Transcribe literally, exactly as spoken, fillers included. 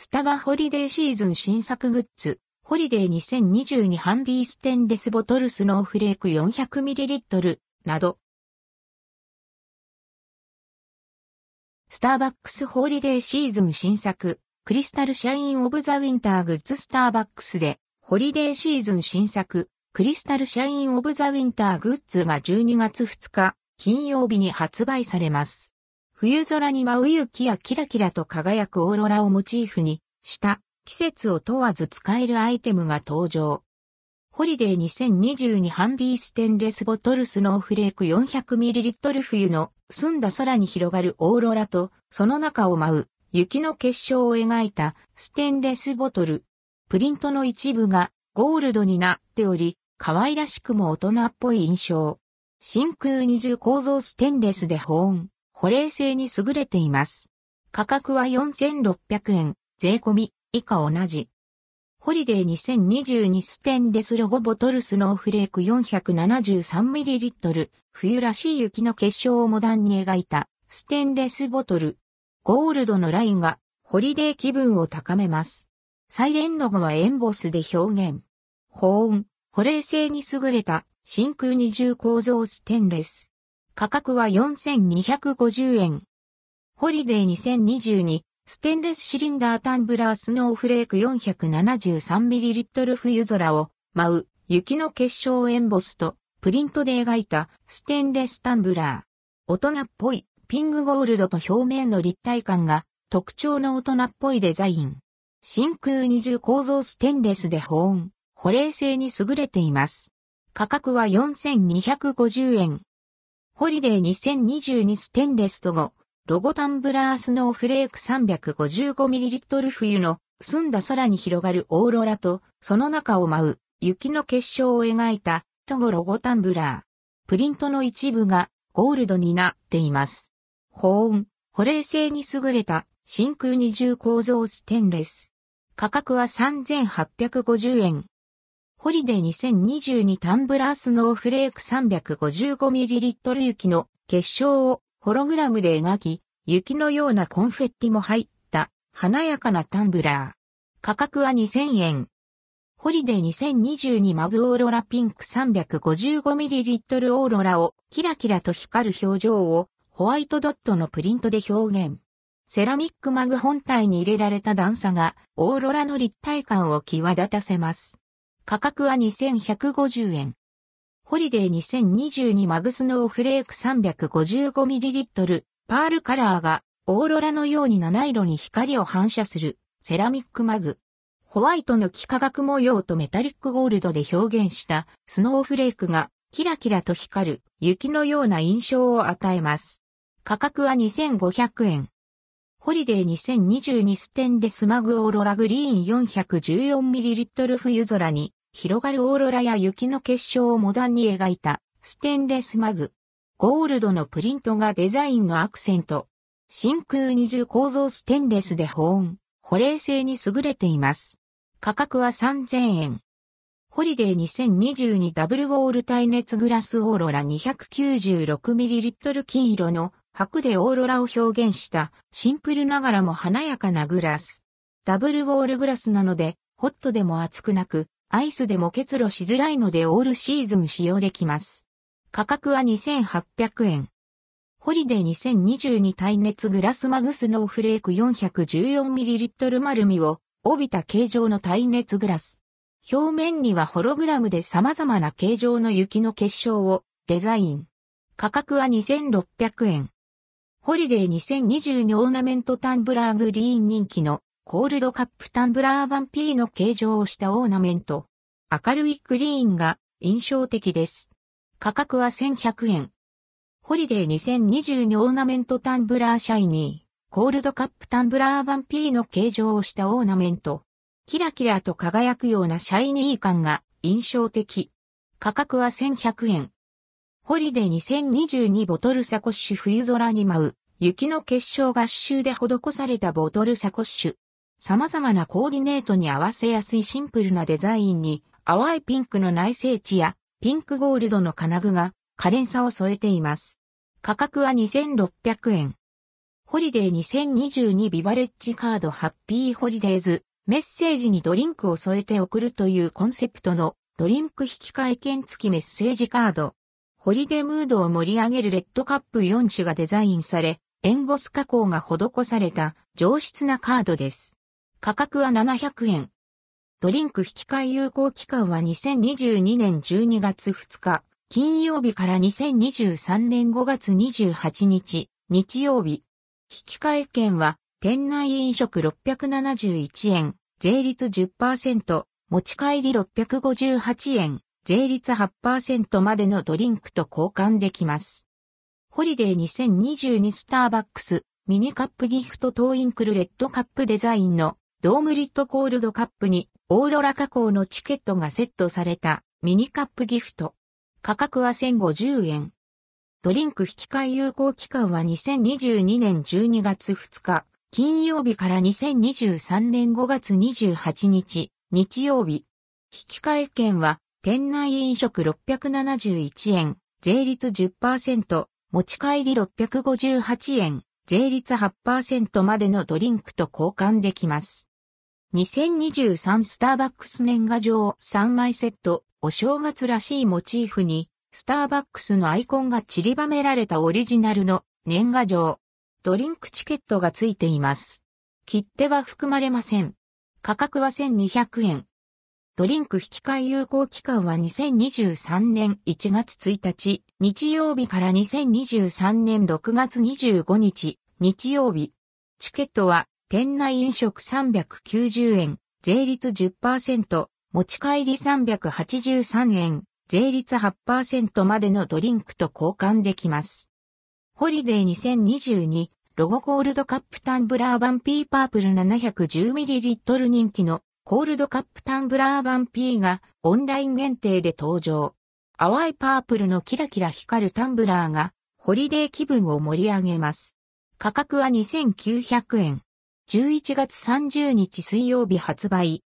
スタバホリデーシーズン新作グッズ、ホリデーにせんにじゅうにハンディステンレスボトルスノーフレーク よんひゃくミリリットル など。スターバックスホリデーシーズン新作、クリスタルシャインオブザウィンターグッズスターバックスで、ホリデーシーズン新作、クリスタルシャインオブザウィンターグッズがじゅうにがつふつか、金曜日に発売されます。冬空に舞う雪やキラキラと輝くオーロラをモチーフにした季節を問わず使えるアイテムが登場。ホリデーにせんにじゅうにハンディステンレスボトルスノーフレーク よんひゃくミリリットル 冬の澄んだ空に広がるオーロラとその中を舞う雪の結晶を描いたステンレスボトル。プリントの一部がゴールドになっており可愛らしくも大人っぽい印象。真空二重構造ステンレスで保温。保冷性に優れています。価格はよんせんろっぴゃくえん、税込み、以下同じ。ホリデーにせんにじゅうにステンレスロゴボトルスノーフレーク よんひゃくななじゅうさんミリリットル、冬らしい雪の結晶をモダンに描いたステンレスボトル。ゴールドのラインがホリデー気分を高めます。サイレンロゴはエンボスで表現。保温、保冷性に優れた真空二重構造ステンレス。価格はよんせんにひゃくごじゅうえん。ホリデーにせんにじゅうにステンレスシリンダータンブラースノーフレーク よんひゃくななじゅうさんミリリットル 冬空を舞う雪の結晶エンボスとプリントで描いたステンレスタンブラー。大人っぽいピンクゴールドと表面の立体感が特徴の大人っぽいデザイン。真空二重構造ステンレスで保温、保冷性に優れています。価格はよんせんにひゃくごじゅうえん。ホリデーにせんにじゅうにステンレスとご、ロゴタンブラースノーフレーク さんびゃくごじゅうごミリリットル 冬の澄んだ空に広がるオーロラとその中を舞う雪の結晶を描いたトゴロゴタンブラー。プリントの一部がゴールドになっています。保温、保冷性に優れた真空二重構造ステンレス。価格はさんぜんはっぴゃくごじゅうえん。ホリデーにせんにじゅうにタンブラースノーフレーク さんびゃくごじゅうごミリリットル 雪の結晶をホログラムで描き、雪のようなコンフェッティも入った華やかなタンブラー。価格はにせんえん。ホリデーにせんにじゅうにマグオーロラピンク さんびゃくごじゅうごミリリットル オーロラをキラキラと光る表情をホワイトドットのプリントで表現。セラミックマグ本体に入れられた段差がオーロラの立体感を際立たせます。価格はにせんひゃくごじゅうえん。ホリデーにせんにじゅうにマグスノーフレーク さんびゃくごじゅうごミリリットル パールカラーがオーロラのように七色に光を反射するセラミックマグ。ホワイトの幾何学模様とメタリックゴールドで表現したスノーフレークがキラキラと光る雪のような印象を与えます。価格はにせんごひゃくえん。ホリデーにせんにじゅうにステンレスマグオーロラグリーン よんひゃくじゅうよんミリリットル 冬空に広がるオーロラや雪の結晶をモダンに描いたステンレスマグ。ゴールドのプリントがデザインのアクセント。真空二重構造ステンレスで保温、保冷性に優れています。価格はさんぜんえん。ホリデーにせんにじゅうにダブルウォール耐熱グラスオーロラ にひゃくきゅうじゅうろくミリリットル 金色の白でオーロラを表現したシンプルながらも華やかなグラス。ダブルウォールグラスなのでホットでも熱くなくアイスでも結露しづらいのでオールシーズン使用できます。価格はにせんはっぴゃくえん。ホリデーにせんにじゅうに耐熱グラスマグスノーフレーク よんひゃくじゅうよんミリリットル 丸みを帯びた形状の耐熱グラス。表面にはホログラムで様々な形状の雪の結晶をデザイン。価格はにせんろっぴゃくえん。ホリデーにせんにじゅうにオーナメントタンブラーグリーン人気のコールドカップタンブラー版 P の形状をしたオーナメント。明るいグリーンが印象的です。価格はせんひゃくえん。ホリデーにせんにじゅうにオーナメントタンブラーシャイニー。コールドカップタンブラー版 P の形状をしたオーナメント。キラキラと輝くようなシャイニー感が印象的。価格はせんひゃくえん。ホリデーにせんにじゅうにボトルサコッシュ冬空に舞う雪の結晶合衆で施されたボトルサコッシュ。様々なコーディネートに合わせやすいシンプルなデザインに淡いピンクの内製地やピンクゴールドの金具が可憐さを添えています。価格はにせんろっぴゃくえん。 ホリデーにせんにじゅうにビバレッジカードハッピーホリデーズ、メッセージにドリンクを添えて送るというコンセプトのドリンク引換券付きメッセージカード。ホリデームードを盛り上げるレッドカップよん種がデザインされ、エンボス加工が施された上質なカードです。価格はななひゃくえん。ドリンク引換有効期間はにせんにじゅうにねんじゅうにがつふつか、金曜日からにせんにじゅうさんねんごがつにじゅうはちにち、日曜日。引換券は、店内飲食ろっぴゃくななじゅういちえん、税率 じゅっパーセント、持ち帰りろっぴゃくごじゅうはちえん、税率 はちパーセント までのドリンクと交換できます。ホリデーにせんにじゅうにスターバックス、ミニカップギフトトーインクルレッドカップデザインのドームリッドコールドカップにオーロラ加工のチケットがセットされたミニカップギフト。価格はせんごじゅうえん。ドリンク引換有効期間はにせんにじゅうにねんじゅうにがつふつか、金曜日からにせんにじゅうさんねんごがつにじゅうはちにち、日曜日。引換券は、店内飲食ろっぴゃくななじゅういちえん、税率 じゅっパーセント、持ち帰りろっぴゃくごじゅうはちえん、税率 はちパーセント までのドリンクと交換できます。にせんにじゅうさんスターバックス年賀状さんまいセット、お正月らしいモチーフに、スターバックスのアイコンが散りばめられたオリジナルの年賀状。ドリンクチケットがついています。切手は含まれません。価格はせんにひゃくえん。ドリンク引換有効期間はにせんにじゅうさんねんいちがつついたち、日曜日からにせんにじゅうさんねんろくがつにじゅうごにち、日曜日。チケットは店内飲食さんびゃくきゅうじゅうえん、税率 じゅっパーセント、持ち帰りさんびゃくはちじゅうさんえん。税率 はちパーセント までのドリンクと交換できます。ホリデーにせんにじゅうにロゴコールドカップタンブラー版 P パープル ななひゃくじゅうミリリットル 人気のコールドカップタンブラー版 P がオンライン限定で登場。淡いパープルのキラキラ光るタンブラーがホリデー気分を盛り上げます。価格はにせんきゅうひゃくえん。じゅういちがつさんじゅうにち水曜日発売。